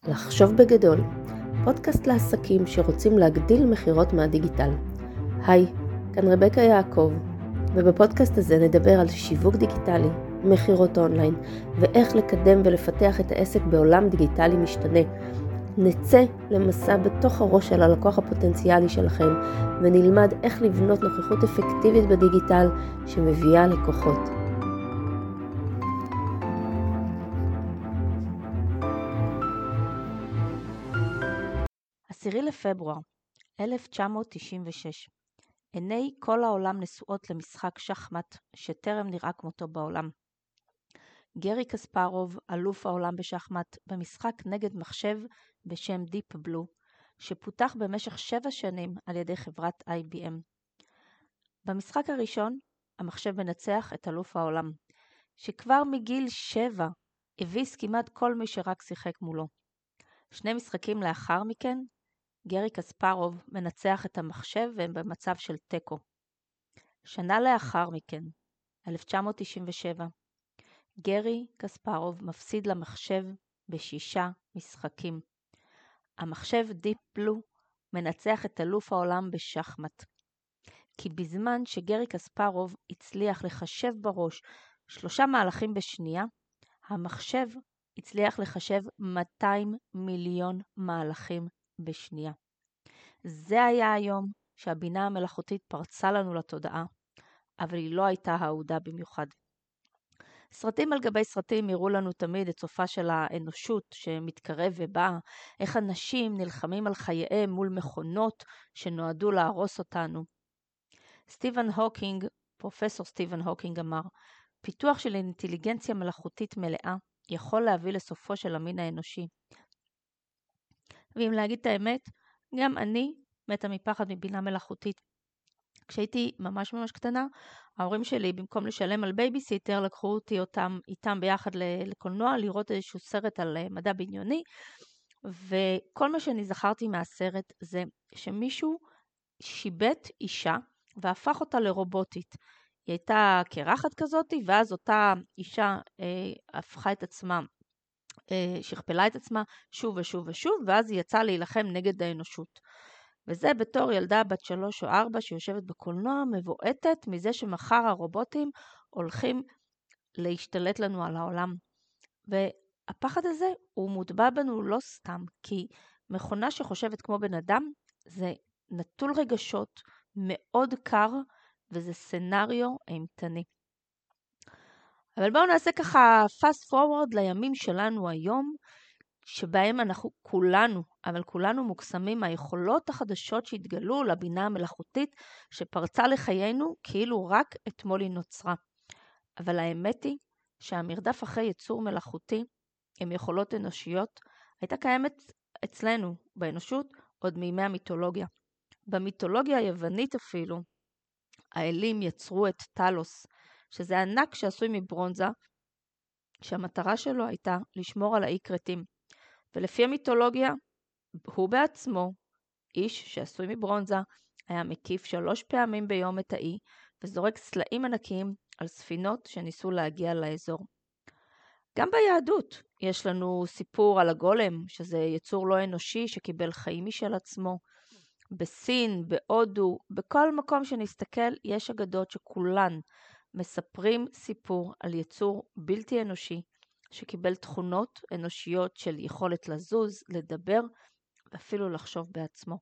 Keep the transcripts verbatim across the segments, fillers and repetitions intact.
לחשוב בגדול, פודקאסט לעסקים שרוצים להגדיל מחירות מהדיגיטל. היי, כאן רבקה יעקב, ובפודקאסט הזה נדבר על שיווק דיגיטלי, מחירות אונליין, ואיך לקדם ולפתח את העסק בעולם דיגיטלי משתנה. נצא למסע בתוך הראש של הלקוח הפוטנציאלי שלכם, ונלמד איך לבנות נוכחות אפקטיבית בדיגיטל שמביאה לקוחות. עשירי לפברואר אלף תשע מאות תשעים ושש. עיני כל העולם נשואות למשחק שחמט שטרם נראה כמותו בעולם. גרי קספרוב, אלוף העולם בשחמט, במשחק נגד מחשב בשם דיפ בלו, שפותח במשך שבע שנים על ידי חברת איי בי אם. במשחק הראשון, המחשב מנצח את אלוף העולם, שכבר מגיל שבע הביס כמעט כל מי שרק שיחק מולו. שני משחקים לאחר מכן, גרי קספרוב מנצח את המחשב והם במצב של טקו. שנה לאחר מכן, אלף תשע מאות תשעים ושבע, גרי קספרוב מפסיד למחשב בשישה משחקים. המחשב דיפ בלו מנצח את אלוף העולם בשחמט. כי בזמן שגרי קספרוב הצליח לחשב בראש שלושה מהלכים בשנייה, המחשב הצליח לחשב מאתיים מיליון מהלכים בשנייה. זה היה היום שהבינה המלאכותית פרצה לנו לתודעה, אבל היא לא הייתה אהודה במיוחד. סרטים על גבי סרטים הראו לנו תמיד את סופה של האנושות שמתקרב ובאה, איך אנשים נלחמים על חייהם מול מכונות שנועדו להרוס אותנו. סטיבן הוקינג, פרופסור סטיבן הוקינג אמר, פיתוח של אינטליגנציה מלאכותית מלאה יכול להביא לסופו של המין האנושי. ואם להגיד את האמת, גם אני מתה מפחד מבינה מלאכותית. כשהייתי ממש ממש קטנה, ההורים שלי במקום לשלם על בייביסיטר, לקחו אותי אותם איתם ביחד לקולנוע, לראות איזשהו סרט על מדע בדיוני, וכל מה שאני זכרתי מהסרט זה שמישהו שיבט אישה והפך אותה לרובוטית. היא הייתה קרחת כזאת, ואז אותה אישה אה, הפכה את עצמה, אה, שכפלה את עצמה שוב ושוב ושוב, ואז היא יצאה להילחם נגד האנושות. וזה בתור ילדה בת שלוש או ארבע שיושבת בקולנוע, מבועטת מזה שמחר הרובוטים הולכים להשתלט לנו על העולם. והפחד הזה הוא מוטבע בנו לא סתם, כי מכונה שחושבת כמו בן אדם זה נטול רגשות, מאוד קר, וזה סנריו אימתני. אבל בואו נעשה ככה fast forward לימים שלנו היום, שבהם אנחנו כולנו, אבל כולנו מוקסמים מהיכולות החדשות שהתגלו לבינה המלאכותית שפרצה לחיינו כאילו רק אתמול היא נוצרה. אבל האמת היא שהמרדף אחרי יצור מלאכותי עם יכולות אנושיות הייתה קיימת אצלנו באנושות עוד מימי המיתולוגיה. במיתולוגיה היוונית אפילו, האלים יצרו את טלוס, שזה ענק שעשוי מברונזה, שהמטרה שלו הייתה לשמור על האי כרתים. ולפי המיתולוגיה, הוא בעצמו, איש שעשוי מברונזה, היה מקיף שלוש פעמים ביום את האי, וזורק סלעים ענקיים על ספינות שניסו להגיע לאזור. גם ביהדות יש לנו סיפור על הגולם, שזה יצור לא אנושי שקיבל חיים משל עצמו. בסין, בהודו, בכל מקום שנסתכל יש אגדות שכולן מספרים סיפור על יצור בלתי אנושי, שקיבל תכונות אנושיות של יכולת לזוז, לדבר ואפילו לחשוב בעצמו.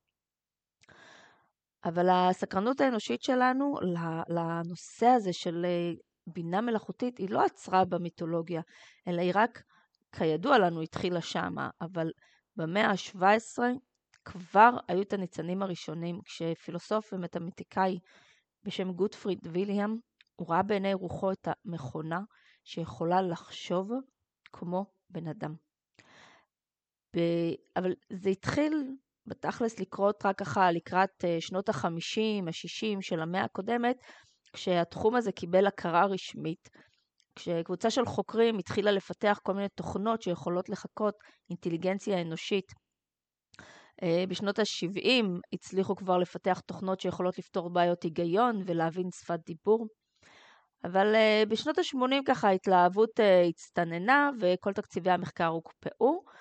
אבל הסקרנות האנושית שלנו לנושא הזה של בינה מלאכותית היא לא עצרה במיתולוגיה, אלא היא רק, כידוע לנו, התחילה שמה, אבל במאה ה-שבע עשרה כבר היו את הניצנים הראשונים, כשפילוסוף ומתמטיקאי בשם גוטפריד וילהלם, הוא ראה בעיני רוחו את המכונה שיכולה לחשוב כמו בן אדם. ב... אבל זה התחיל בתכלס לקרות רק ככה לקראת שנות ה-חמישים, ה-שישים של המאה הקודמת, כשהתחום הזה קיבל הכרה רשמית, כשקבוצה של חוקרים התחילה לפתח כל מיני תוכנות שיכולות לחקות אינטליגנציה אנושית. בשנות ה-שבעים הצליחו כבר לפתח תוכנות שיכולות לפתור בעיות היגיון ולהבין שפת דיבור. אבל uh, בשנות ה-שמונים ככה ההתלהבות uh, הצטננה וכל תקציבי המחקר הוקפאו,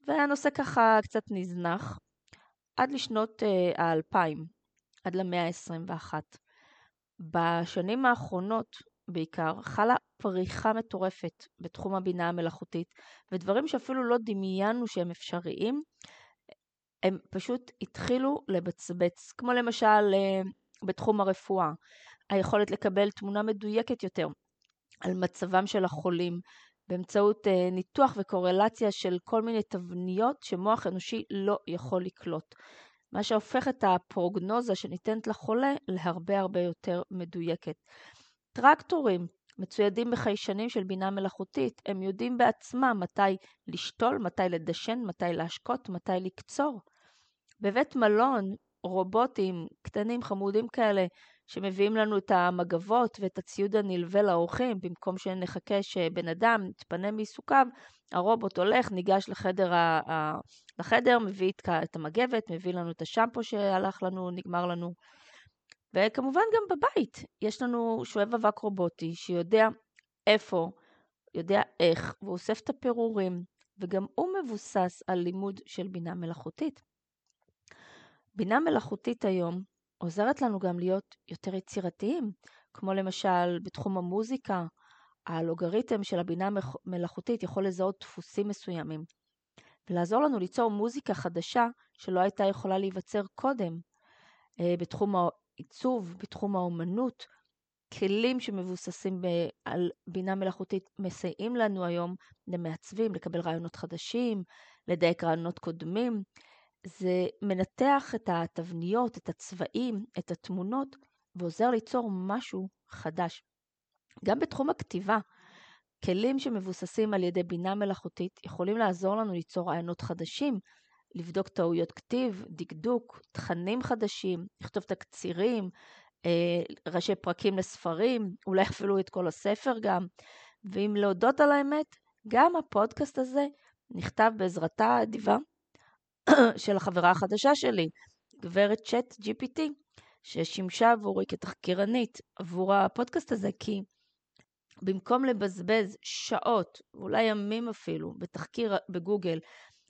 והנושא ככה קצת נזנח, עד לשנות uh, האלפיים, עד למאה ה-עשרים ואחת. בשנים האחרונות בעיקר חלה פריחה מטורפת בתחום הבינה המלאכותית, ודברים שאפילו לא דמיינו שהם אפשריים, הם פשוט התחילו לבצבץ, כמו למשל בתחום הרפואה, היכולת לקבל תמונה מדויקת יותר על מצבם של החולים, באמצעות ניתוח וקורלציה של כל מיני תבניות שמוח אנושי לא יכול לקלוט. מה שהופך את הפרוגנוזה שניתנת לחולה להרבה הרבה יותר מדויקת. טרקטורים מצוידים בחיישנים של בינה מלאכותית, הם יודעים בעצמם מתי לשתול, מתי לדשן, מתי להשקות, מתי לקצור. בבית מלון, רובוטים קטנים חמודים כאלה, שמביאים לנו את המגבות ואת הציוד הנלווה לאורחים, במקום שנחכה שבן אדם יתפנה מעיסוקיו, הרובוט הולך, ניגש לחדר, ה- ה- לחדר, מביא את המגבת, מביא לנו את השמפו שהלך לנו, נגמר לנו. וכמובן גם בבית, יש לנו שואב אבק רובוטי שיודע איפה, יודע איך, והוא אוסף את הפירורים, וגם הוא מבוסס על לימוד של בינה מלאכותית. בינה מלאכותית היום עוזרת לנו גם להיות יותר יצירתיים, כמו למשל בתחום המוזיקה, האלגוריתם של הבינה מלאכותית יכול לזהות דפוסים מסוימים, ולעזור לנו ליצור מוזיקה חדשה שלא הייתה יכולה להיווצר קודם. בתחום העיצוב, בתחום האומנות, כלים שמבוססים על בינה מלאכותית מסייעים לנו היום למעצבים, לקבל רעיונות חדשים, לדייק רעיונות קודמים. זה מנתח את התבניות, את הצבעים, את התמונות, ועוזר ליצור משהו חדש. גם בתחום הכתיבה, כלים שמבוססים על ידי בינה מלאכותית יכולים לעזור לנו ליצור רעיונות חדשים, לבדוק טעויות כתיב, דקדוק, תכנים חדשים, לכתוב תקצירים, ראשי פרקים לספרים, אולי אפילו את כל הספר גם. ואם להודות על האמת, גם הפודקאסט הזה נכתב בעזרתה האדיבה של החברה החדשה שלי, גברת צ'אט ג'י פי טי, ששימשה עבורי כתחקירנית עבור הפודקאסט הזה, כי במקום לבזבז שעות, אולי ימים אפילו, בתחקיר בגוגל,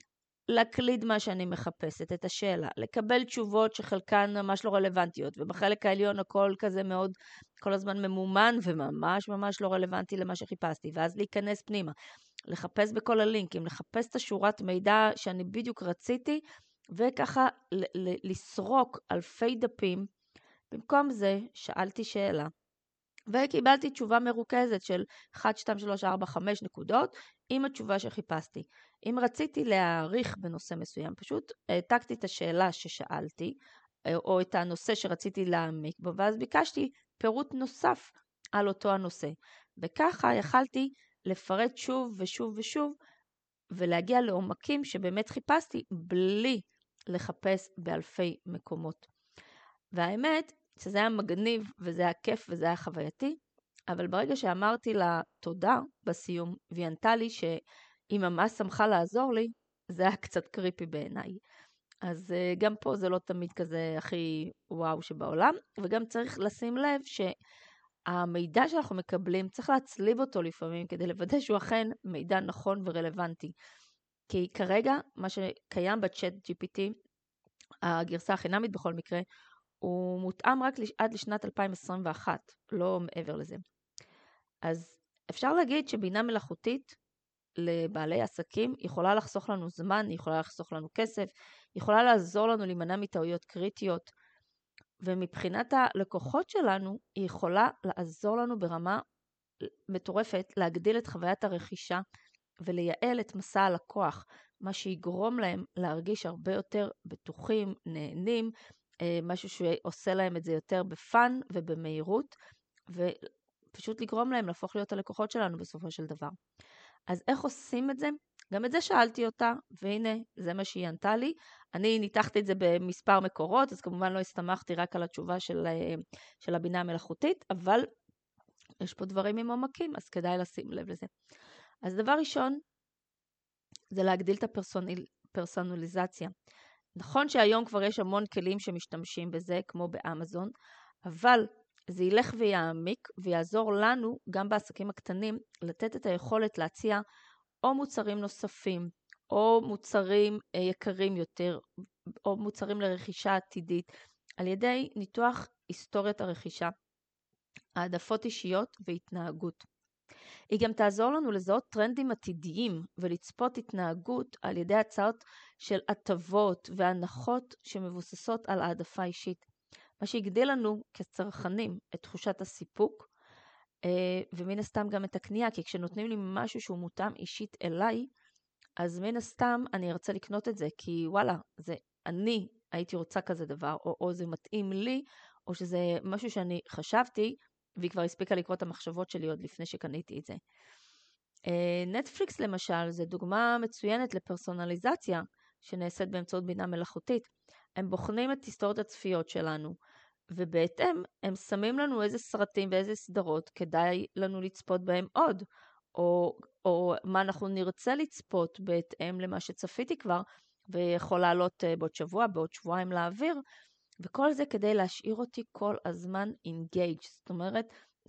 להקליד מה שאני מחפשת, את השאלה, לקבל תשובות שחלקן ממש לא רלוונטיות, ובחלק העליון הכל כזה מאוד, כל הזמן ממומן, וממש ממש לא רלוונטי למה שחיפשתי, ואז להיכנס פנימה, לחפש בכל הלינקים, לחפש את השורת מידע שאני בדיוק רציתי, וככה לסרוק אלפי דפים. במקום זה שאלתי שאלה, וקיבלתי תשובה מרוכזת של אחת, שתיים, שלוש, ארבע, חמש נקודות, עם התשובה שחיפשתי. אם רציתי להעריך בנושא מסוים, פשוט העתקתי את השאלה ששאלתי, או את הנושא שרציתי להעמיק בו, ואז ביקשתי פירוט נוסף על אותו הנושא. וככה יכלתי לפרט שוב ושוב ושוב, ולהגיע לעומקים שבאמת חיפשתי, בלי לחפש באלפי מקומות. והאמת, שזה היה מגניב, וזה היה כיף, וזה היה חווייתי, אבל ברגע שאמרתי לה תודה בסיום, והיא ענתה לי שהיא ממש שמחה לעזור לי, זה היה קצת קריפי בעיניי. אז גם פה זה לא תמיד כזה הכי וואו שבעולם, וגם צריך לשים לב שהמידע שאנחנו מקבלים, צריך להצליב אותו לפעמים, כדי לוודא שהוא אכן מידע נכון ורלוונטי. כי כרגע, מה שקיים בצ'אט ג'י פי טי, הגרסה החינמית בכל מקרה, הוא מותאם רק עד לשנת אלפיים עשרים ואחת, לא מעבר לזה. אז אפשר להגיד שבינה מלאכותית לבעלי עסקים יכולה לחסוך לנו זמן, יכולה לחסוך לנו כסף, יכולה לעזור לנו להימנע מטעויות קריטיות, ומבחינת הלקוחות שלנו היא יכולה לעזור לנו ברמה מטורפת להגדיל את חוויית הרכישה ולייעל את מסע הלקוח, מה שיגרום להם להרגיש הרבה יותר בטוחים, נהנים, משהו שעושה להם את זה יותר בפן ובמהירות, ופשוט לגרום להם להפוך להיות הלקוחות שלנו בסופו של דבר. אז איך עושים את זה? גם את זה שאלתי אותה, והנה, זה מה שהיא ענתה לי. אני ניתחתי את זה במספר מקורות, אז כמובן לא הסתמכתי רק על התשובה של, של הבינה המלאכותית, אבל יש פה דברים עם עומקים, אז כדאי לשים לב לזה. אז דבר ראשון, זה להגדיל את הפרסונליזציה. נכון שהיום כבר יש המון כלים שמשתמשים בזה, כמו באמזון, אבל זה ילך ויעמיק ויעזור לנו, גם בעסקים הקטנים, לתת את היכולת להציע או מוצרים נוספים, או מוצרים יקרים יותר, או מוצרים לרכישה עתידית, על ידי ניתוח היסטוריית הרכישה, העדפות אישיות והתנהגות. היא גם תעזור לנו לזהות טרנדים עתידיים ולצפות התנהגות על ידי הצעות של הטבות והנחות שמבוססות על העדפה אישית. מה שיגדיל לנו כצרכנים את תחושת הסיפוק, ומן הסתם גם את הקנייה, כי כשנותנים לי משהו שהוא מותאם אישית אליי, אז מן הסתם אני ארצה לקנות את זה, כי וואלה, זה אני הייתי רוצה כזה דבר, או, או זה מתאים לי, או שזה משהו שאני חשבתי, והיא כבר הספיקה לקרוא את המחשבות שלי עוד לפני שקניתי את זה. נטפליקס למשל, זה דוגמה מצוינת לפרסונליזציה, שנעשית באמצעות בינה מלאכותית. הם בוחנים את היסטוריות הצפיות שלנו, ובהתאם הם שמים לנו איזה סרטים ואיזה סדרות כדאי לנו לצפות בהם עוד, או, או מה אנחנו נרצה לצפות בהתאם למה שצפיתי כבר, ויכול לעלות בעוד שבוע, בעוד שבועיים לאוויר, וכל זה כדי להשאיר אותי כל הזמן engaged, זאת אומרת,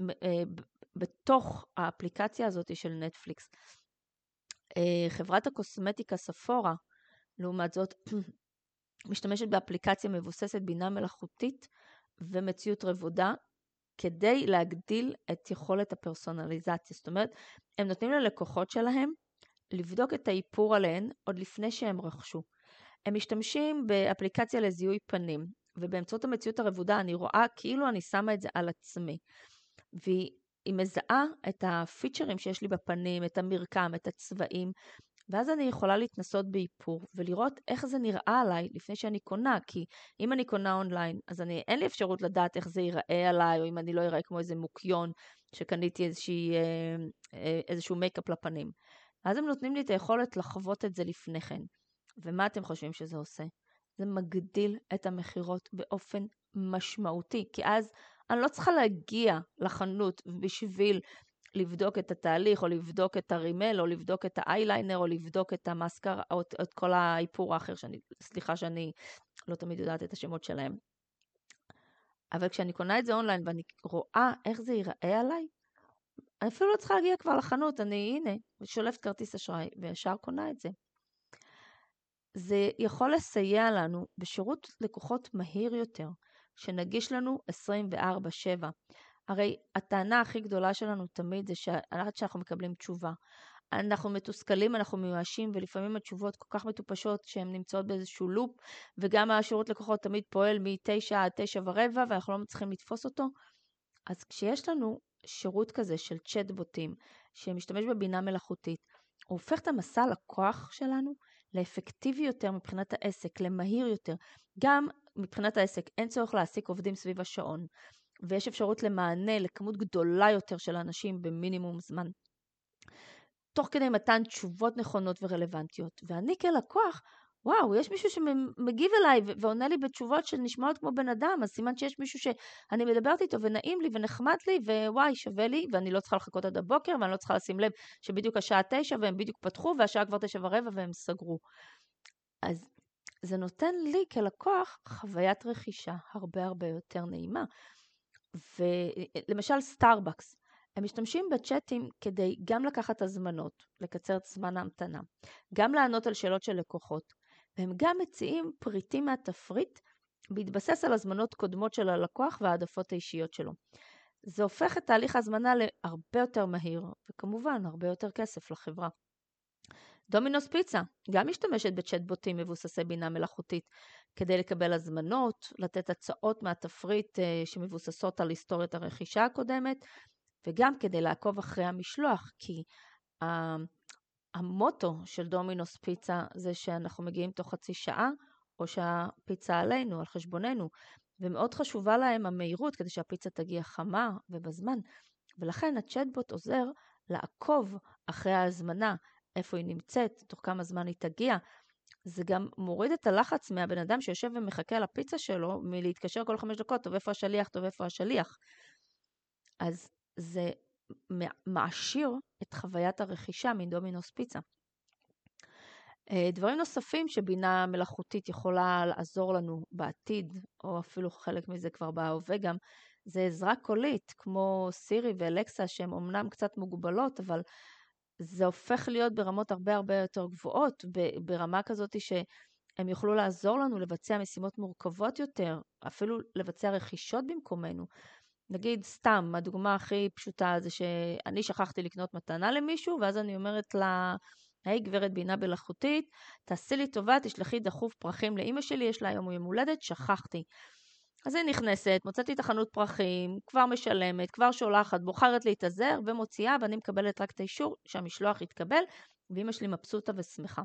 בתוך האפליקציה הזאת של נטפליקס. חברת הקוסמטיקה ספורה, לעומת זאת, משתמשת באפליקציה מבוססת בינה מלאכותית ומציאות רבודה, כדי להגדיל את יכולת הפרסונליזציה. זאת אומרת, הם נותנים ללקוחות שלהם לבדוק את האיפור עליהן עוד לפני שהם רכשו. הם משתמשים באפליקציה לזיהוי פנים, ובאמצעות המציאות הרבודה אני רואה כאילו אני שמה את זה על עצמי. והיא מזהה את הפיצ'רים שיש לי בפנים, את המרקם, את הצבעים, ואז אני יכולה להתנסות באיפור, ולראות איך זה נראה עליי לפני שאני קונה, כי אם אני קונה אונליין, אז אני, אין לי אפשרות לדעת איך זה ייראה עליי, או אם אני לא אראה כמו איזה מוקיון, שקניתי איזושהי, איזשהו מייקאפ לפנים. אז הם נותנים לי את היכולת לחוות את זה לפני כן. ומה אתם חושבים שזה עושה? זה מגדיל את המחירות באופן משמעותי, כי אז אני לא צריכה להגיע לחנות בשביל לבדוק את התהליך, או לבדוק את הרימל, או לבדוק את האייליינר, או לבדוק את המאסקר, או את כל האיפור האחר, שאני, סליחה שאני לא תמיד יודעת את השמות שלהם. אבל כשאני קונה את זה אונליין, ואני רואה איך זה ייראה עליי, אני אפילו לא צריכה להגיע כבר לחנות, אני הנה, שולפת כרטיס אשראי, וישר קונה את זה. זה יכול לסייע לנו בשירות לקוחות מהיר יותר, שנגיש לנו עשרים וארבע שבע. הרי הטענה הכי גדולה שלנו תמיד זה שעד שאנחנו מקבלים תשובה. אנחנו מתוסכלים, אנחנו מיואשים, ולפעמים התשובות כל כך מטופשות שהן נמצאות באיזשהו לופ, וגם השירות לקוחות תמיד פועל מתשע עד תשע ורבע, ואנחנו לא מצליחים לתפוס אותו. אז כשיש לנו שירות כזה של צ'אטבוטים, שמשתמש בבינה מלאכותית, הוא הופך את המסע לקוח שלנו לאפקטיבי יותר מבחינת העסק, למהיר יותר. גם מבחינת העסק אין צורך להעסיק עובדים סביב השעון, ויש אפשרות למענה לכמות גדולה יותר של אנשים במינימום זמן. תוך כדי מתן תשובות נכונות ורלוונטיות. ואני כלקוח, וואו, יש מישהו שמגיב אליי ועונה לי בתשובות שנשמעות כמו בן אדם, אז סימן שיש מישהו שאני מדברת איתו ונעים לי ונחמד לי, ווואי, שווה לי, ואני לא צריכה לחכות עד הבוקר, ואני לא צריכה לשים לב שבדיוק השעה תשע והם בדיוק פתחו, והשעה כבר תשע ורבע והם סגרו. אז זה נותן לי כלקוח חוויית רכישה הרבה הרבה יותר נעימה. ולמשל סטארבקס, הם משתמשים בצ'אטים כדי גם לקחת הזמנות, לקצר את זמן ההמתנה, גם לענות על שאלות של לקוחות, והם גם מציעים פריטים מהתפריט בהתבסס על הזמנות קודמות של הלקוח והעדפות האישיות שלו. זה הופך את תהליך ההזמנה להרבה יותר מהיר, וכמובן הרבה יותר כסף לחברה. דומינוס פיצה גם משתמשת בצ'אטבוטים מבוססי בינה מלאכותית כדי לקבל הזמנות, לתת הצעות מהתפריט שמבוססות על היסטוריית הרכישה הקודמת, וגם כדי לעקוב אחרי המשלוח, כי המוטו של דומינוס פיצה זה שאנחנו מגיעים תוך חצי שעה, או שהפיצה עלינו, על חשבוננו, ומאוד חשובה להם המהירות כדי שהפיצה תגיע חמה ובזמן, ולכן הצ'אטבוט עוזר לעקוב אחרי ההזמנה, איפה היא נמצאת, תוך כמה זמן היא תגיע. זה גם מוריד את הלחץ מהבן אדם שיושב ומחכה לפיצה שלו, מלהתקשר כל חמש דקות, טוב איפה השליח, טוב איפה השליח. אז זה מעשיר את חוויית הרכישה מדומינוס פיצה. דברים נוספים שבינה מלאכותית יכולה לעזור לנו בעתיד, או אפילו חלק מזה כבר בהווה גם, זה עזרה קולית, כמו סירי ואלקסה, שהן אומנם קצת מוגבלות, אבל זה הופך להיות ברמות הרבה הרבה יותר גבוהות, ברמה כזאת שהם יוכלו לעזור לנו לבצע משימות מורכבות יותר, אפילו לבצע רכישות במקומנו. נגיד סתם, הדוגמה הכי פשוטה זה שאני שכחתי לקנות מתנה למישהו, ואז אני אומרת לה, היי גברת בינה מלאכותית, תעשי לי טובה, תשלחי דחוף פרחים לאמא שלי, יש לה יום יום הולדת, שכחתי. אז היא נכנסת, מוצאת לי את החנות פרחים, כבר משלמת, כבר שולחת, בוחרת להתאזר ומוציאה, ואני מקבלת רק את האישור שהמשלוח יתקבל, ואמא שלי מבסוטה ושמחה.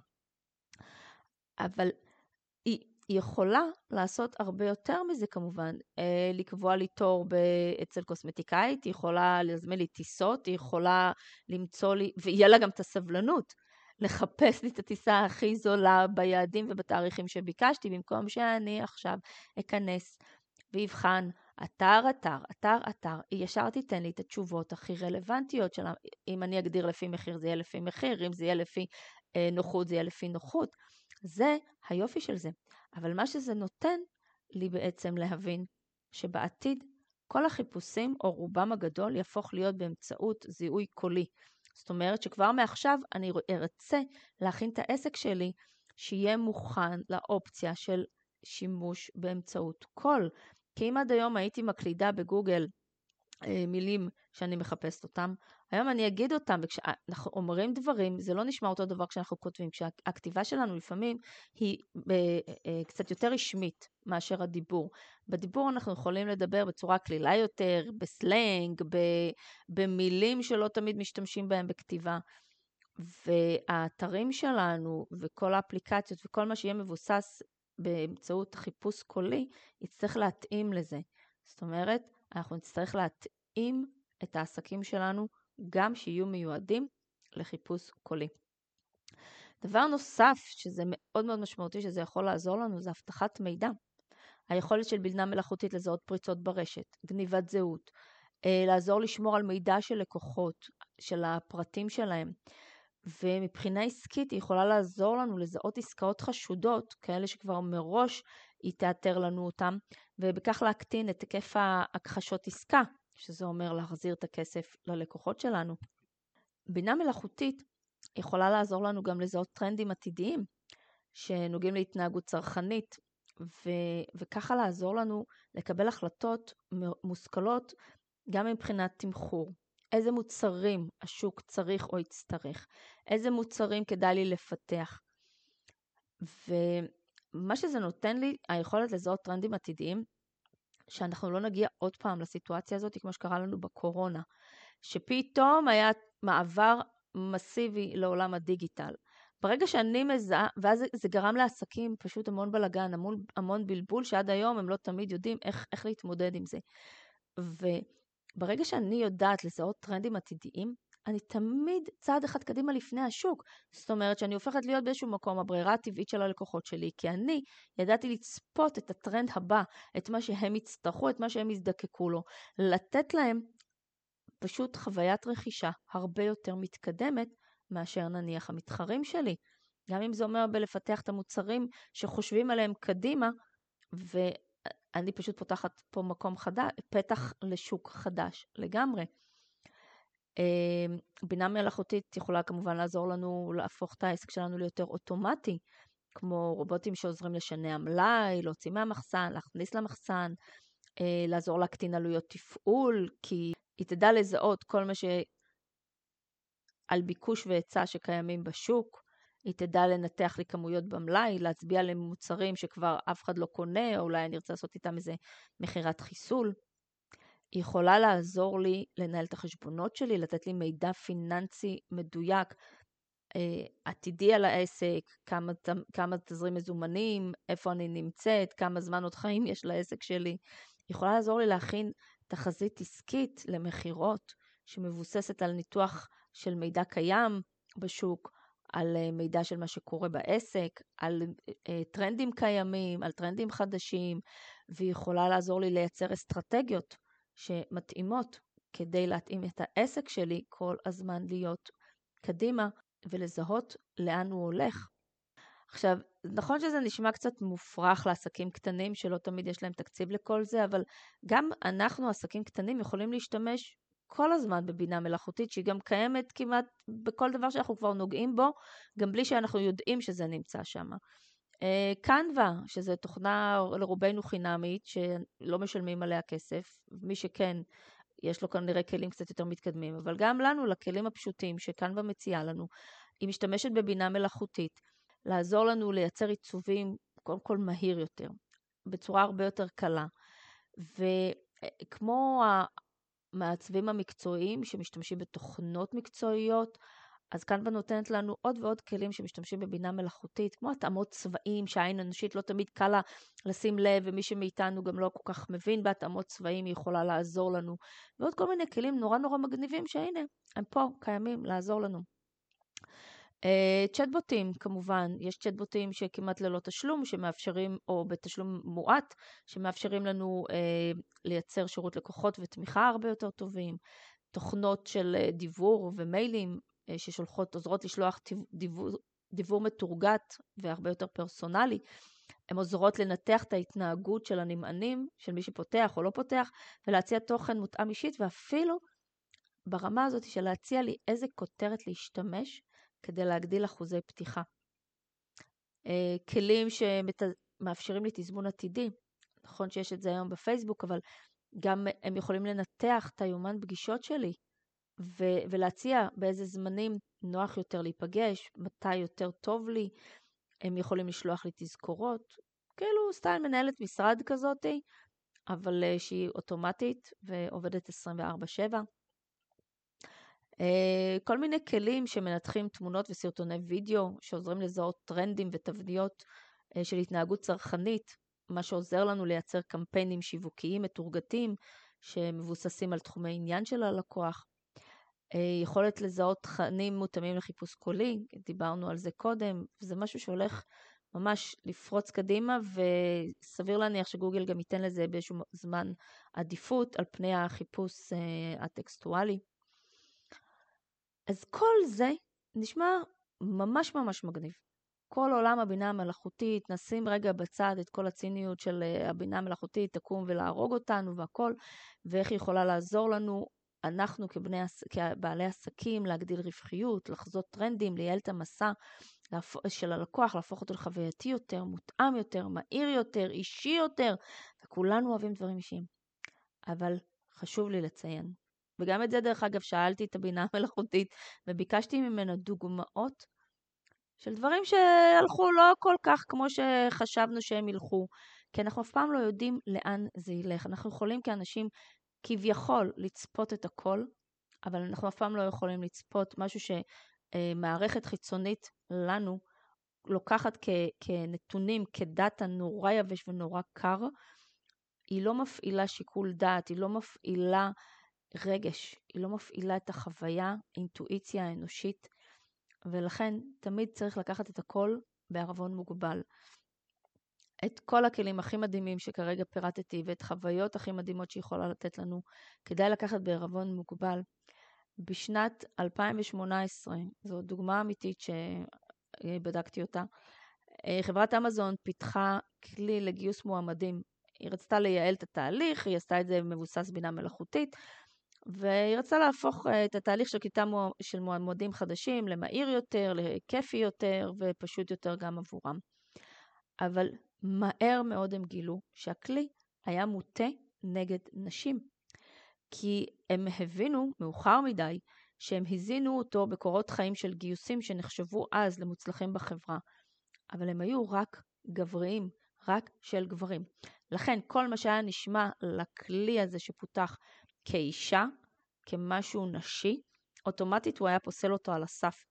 אבל היא, היא יכולה לעשות הרבה יותר מזה כמובן, אה, לקבוע לי תור אצל קוסמטיקאית, היא יכולה להזמין לי טיסות, היא יכולה למצוא לי, ויהיה לה גם את הסבלנות, לחפש לי את הטיסה הכי זולה ביעדים ובתאריכים שביקשתי, במקום שאני עכשיו אכנס ויבחן אתר, אתר, אתר, אתר, היא ישר תיתן לי את התשובות הכי רלוונטיות שלה, אם אני אגדיר לפי מחיר זה יהיה לפי מחיר, אם זה יהיה לפי אה, נוחות זה יהיה לפי נוחות, זה היופי של זה. אבל מה שזה נותן לי בעצם להבין שבעתיד כל החיפושים או רובם הגדול יהפוך להיות באמצעות זיהוי קולי. זאת אומרת שכבר מעכשיו אני ארצה להכין את העסק שלי שיהיה מוכן לאופציה של שימוש באמצעות קול. כי אם עד היום הייתי מקלידה בגוגל אה, מילים שאני מחפשת אותם, היום אני אגיד אותם, וכשאנחנו אומרים דברים, זה לא נשמע אותו דבר כשאנחנו כותבים, כשהכתיבה שלנו לפעמים היא ב, אה, קצת יותר רשמית מאשר הדיבור. בדיבור אנחנו יכולים לדבר בצורה כלילה יותר, בסלנג, ב, במילים שלא תמיד משתמשים בהם בכתיבה. והאתרים שלנו וכל האפליקציות וכל מה שיהיה מבוסס באמצעות חיפוש קולי, יצטרך להתאים לזה. זאת אומרת, אנחנו נצטרך להתאים את העסקים שלנו גם שיהיו מיועדים לחיפוש קולי. דבר נוסף שזה מאוד מאוד משמעותי שזה יכול לעזור לנו זה הבטחת מידע. היכולת של בינה מלאכותית לזהות פריצות ברשת, גניבת זהות, לעזור לשמור על מידע של לקוחות, של הפרטים שלהם. ומבחינה עסקית היא יכולה לעזור לנו לזהות עסקאות חשודות, כאלה שכבר מראש היא תאתר לנו אותם, ובכך להקטין את היקף ההכחשות עסקה, שזה אומר להחזיר את הכסף ללקוחות שלנו. בינה מלאכותית יכולה לעזור לנו גם לזהות טרנדים עתידיים, שנוגעים להתנהגות צרכנית, ו- וככה לעזור לנו לקבל החלטות מושכלות גם מבחינת תמחור. איזה מוצרים השוק צריך או יצטרך, איזה מוצרים כדאי לי לפתח. ומה שזה נותן לי, היכולת לזהות טרנדים עתידיים, שאנחנו לא נגיע עוד פעם לסיטואציה הזאת, כמו שקרה לנו בקורונה, שפתאום היה מעבר מסיבי לעולם הדיגיטל. ברגע שאני מזהה, ואז זה, זה גרם לעסקים פשוט המון בלגן, המון, המון בלבול, שעד היום הם לא תמיד יודעים איך, איך להתמודד עם זה. ו... ברגע שאני יודעת לזהות טרנדים עתידיים, אני תמיד צעד אחד קדימה לפני השוק. זאת אומרת שאני הופכת להיות באיזשהו מקום הברירה הטבעית של הלקוחות שלי, כי אני ידעתי לצפות את הטרנד הבא, את מה שהם יצטרכו, את מה שהם יזדקקו לו, לתת להם פשוט חוויית רכישה הרבה יותר מתקדמת מאשר נניח המתחרים שלי. גם אם זה אומר בלפתח את המוצרים שחושבים עליהם קדימה, ו... אני פשוט פותחת פה מקום חדש, פתח לשוק חדש לגמרי. בינה מלאכותית יכולה כמובן לעזור לנו להפוך את העסק שלנו ליותר אוטומטי, כמו רובוטים שעוזרים לשנע מלאי, להוציא מהמחסן, להכניס למחסן, לעזור להקטין עלויות תפעול, כי היא תדע לזהות כל מה שעל ביקוש והיצע שקיימים בשוק, היא תדע לנתח לי כמויות במלאי, להצביע למוצרים שכבר אף אחד לא קונה, או אולי אני ארצה לעשות איתם איזה מחירת חיסול. היא יכולה לעזור לי לנהל את החשבונות שלי, לתת לי מידע פיננסי מדויק, אה, עתידי על העסק, כמה, כמה תזרים מזומנים, איפה אני נמצאת, כמה זמן עוד חיים יש לעסק שלי. היא יכולה לעזור לי להכין תחזית עסקית למחירות, שמבוססת על ניתוח של מידע קיים בשוק, על מידע של מה שקורה בעסק, על טרנדים קיימים, על טרנדים חדשים, והיא יכולה לעזור לי לייצר אסטרטגיות שמתאימות כדי להתאים את העסק שלי כל הזמן להיות קדימה ולזהות לאן הוא הולך. עכשיו, נכון שזה נשמע קצת מופרך לעסקים קטנים שלא תמיד יש להם תקציב לכל זה, אבל גם אנחנו, עסקים קטנים, יכולים להשתמש כל הזמן בבינה מלאכותית, שהיא גם קיימת כמעט בכל דבר שאנחנו כבר נוגעים בו, גם בלי שאנחנו יודעים שזה נמצא שם. קנווה, שזה תוכנה לרובנו חינמית, שלא משלמים עליה כסף, מי שכן, יש לו כנראה כלים קצת יותר מתקדמים, אבל גם לנו, לכלים הפשוטים שקנווה מציעה לנו, היא משתמשת בבינה מלאכותית, לעזור לנו לייצר עיצובים, קודם כל מהיר יותר, בצורה הרבה יותר קלה. וכמו המעצבים המקצועיים שמשתמשים בתוכנות מקצועיות, אז קנווה נותנת לנו עוד ועוד כלים שמשתמשים בבינה מלאכותית, כמו התאמות צבעים שהעין אנושית לא תמיד קל לה לשים לב, ומי שמאיתנו גם לא כל כך מבין בהתאמות צבעים, היא יכולה לעזור לנו. ועוד כל מיני כלים נורא נורא מגניבים שהנה, הם פה קיימים לעזור לנו. צ'טבוטים, כמובן, יש צ'טבוטים שכמעט ללא תשלום, שמאפשרים, או בתשלום מועט, שמאפשרים לנו אה, לייצר שירות לקוחות ותמיכה הרבה יותר טובים, תוכנות של דיוור ומיילים, אה, ששולחות, עוזרות לשלוח דיוור, דיוור מתורגת והרבה יותר פרסונלי, הן עוזרות לנתח את ההתנהגות של הנמענים, של מי שפותח או לא פותח, ולהציע תוכן מותאם אישית, ואפילו ברמה הזאת של להציע לי איזה כותרת להשתמש, כדי להגדיל אחוזי פתיחה. כלים שמאפשרים לי תזמון עתידי, נכון שיש את זה היום בפייסבוק, אבל גם הם יכולים לנתח את היומן פגישות שלי, ו- ולהציע באיזה זמנים נוח יותר להיפגש, מתי יותר טוב לי, הם יכולים לשלוח לי תזכורות, כאילו סטייל מנהלת משרד כזאת, אבל שהיא אוטומטית ועובדת עשרים וארבע שבע. כל מיני כלים שמנתחים תמונות וסרטוני וידאו, שעוזרים לזהות טרנדים ותבניות של התנהגות צרכנית, מה שעוזר לנו לייצר קמפיינים שיווקיים מתורגתים, שמבוססים על תחומי עניין של הלקוח. יכולת לזהות תכנים מותאמים לחיפוש קולי, דיברנו על זה קודם, וזה משהו שהולך ממש לפרוץ קדימה, וסביר להניח שגוגל גם ייתן לזה באיזשהו זמן עדיפות על פני החיפוש הטקסטואלי. אז כל זה נשמע ממש ממש מגניב. כל עולם הבינה המלאכותית, נשים רגע בצד את כל הציניות של הבינה המלאכותית, תקום ולהרוג אותנו והכל, ואיך היא יכולה לעזור לנו, אנחנו כבני, כבעלי עסקים, להגדיל רווחיות, לחזות טרנדים, לייעל את המסע של הלקוח, להפוך אותו לחווייתי יותר, מותאם יותר, מהיר יותר, אישי יותר, וכולנו אוהבים דברים אישיים. אבל חשוב לי לציין, וגם את זה דרך אגב שאלתי את הבינה המלאכותית, וביקשתי ממנה דוגמאות של דברים שהלכו לא כל כך כמו שחשבנו שהם ילכו, כי אנחנו אף פעם לא יודעים לאן זה ילך. אנחנו יכולים כאנשים כביכול לצפות את הכל, אבל אנחנו אף פעם לא יכולים לצפות משהו שמערכת חיצונית לנו לוקחת כ- כנתונים, כדאטה נורא יבש ונורא קר, היא לא מפעילה שיקול דעת, היא לא מפעילה רגש, היא לא מפעילה את החוויה, אינטואיציה האנושית, ולכן תמיד צריך לקחת את הכל בערבון מוגבל. את כל הכלים הכי מדהימים שכרגע פירטתי, ואת חוויות הכי מדהימות שיכולה לתת לנו, כדאי לקחת בערבון מוגבל. בשנת אלפיים ושמונה עשרה, זו דוגמה אמיתית שבדקתי אותה, חברת אמזון פיתחה כלי לגיוס מועמדים. היא רצתה לייעל את התהליך, היא עשתה את זה מבוסס בינה מלאכותית, והיא רצתה להפוך את התהליך של קליטה של מועמדים חדשים למהיר יותר, לכיפי יותר, ופשוט יותר גם עבורם. אבל מהר מאוד הם גילו שהכלי היה מוטה נגד נשים, כי הם הבינו מאוחר מדי שהם הזינו אותו בקורות חיים של גיוסים שנחשבו אז למוצלחים בחברה, אבל הם היו רק גבריים, רק של גברים. לכן כל מה שהיה נשמע לכלי הזה שפותח כאישה, כמשהו נשי, אוטומטית הוא היה פוסל אותו על הסף.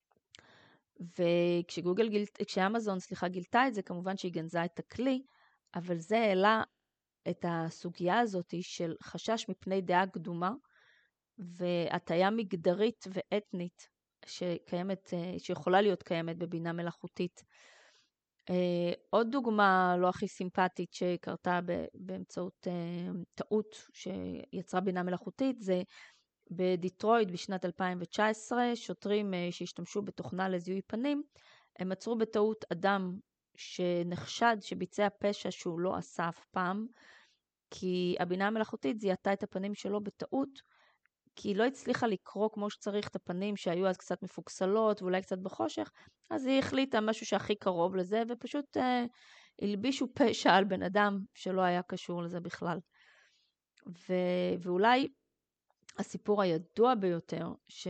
וכשגוגל גילת, כשאמזון סליחה גילתה את זה, כמובן שהיא גנזה את הכלי, אבל זה העלה את הסוגיה הזאת של חשש מפני דעה קדומה, והטיה מגדרית ואתנית שקיימת, שיכולה להיות קיימת בבינה מלאכותית. עוד דוגמה לא הכי סימפטית שקרתה באמצעות טעות שיצרה בינה מלאכותית, זה בדיטרויט בשנת אלפיים תשע עשרה, שוטרים שהשתמשו בתוכנה לזיהוי פנים, הם עצרו בטעות אדם שנחשד שביצע פשע שהוא לא עשה אף פעם, כי הבינה המלאכותית זיהתה את הפנים שלו בטעות כי היא לא הצליחה לקרוא כמו שצריך את הפנים שהיו אז קצת מפוקסלות ואולי קצת בחושך, אז היא החליטה משהו שהכי קרוב לזה, ופשוט אה, הלבישו פשע על בן אדם שלא היה קשור לזה בכלל. ו... ואולי הסיפור הידוע ביותר,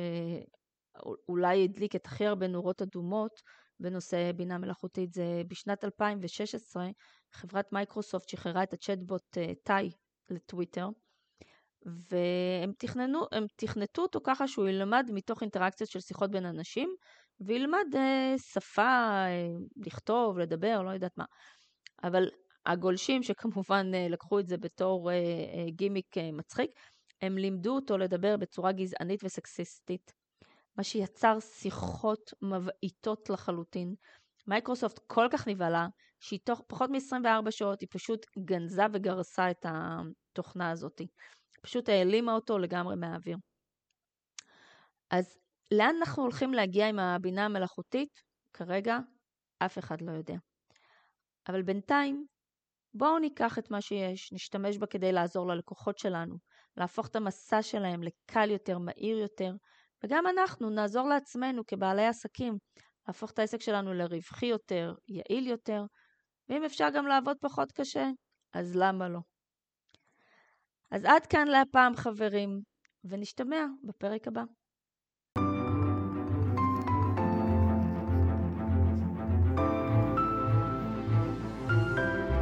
שאולי הדליק את הכי הרבה נורות אדומות בנושא בינה מלאכותית, זה בשנת אלפיים ושש עשרה, חברת מייקרוסופט שחררה את הצ'טבוט טאי לטוויטר, והם תכננו, הם תכנתו אותו ככה שהוא ילמד מתוך אינטראקציות של שיחות בין אנשים, וילמד אה, שפה, אה, לכתוב, לדבר, לא יודעת מה. אבל הגולשים שכמובן אה, לקחו את זה בתור אה, אה, גימיק אה, מצחיק, הם לימדו אותו לדבר בצורה גזענית וסקסיסטית, מה שיצר שיחות מבעיטות לחלוטין. מייקרוסופט כל כך נבהלה, שהיא תוך פחות מ-עשרים וארבע שעות היא פשוט גנזה וגרסה את התוכנה הזאת. פשוט העלימה אותו לגמרי מהאוויר. אז לאן אנחנו הולכים להגיע עם הבינה המלאכותית? כרגע אף אחד לא יודע. אבל בינתיים, בואו ניקח את מה שיש, נשתמש בה כדי לעזור ללקוחות שלנו, להפוך את המסע שלהם לקל יותר, מהיר יותר, וגם אנחנו נעזור לעצמנו כבעלי עסקים, להפוך את העסק שלנו לרווחי יותר, יעיל יותר, ואם אפשר גם לעבוד פחות קשה, אז למה לא? אז עד כאן להפעם חברים, ונשתמע בפרק הבא.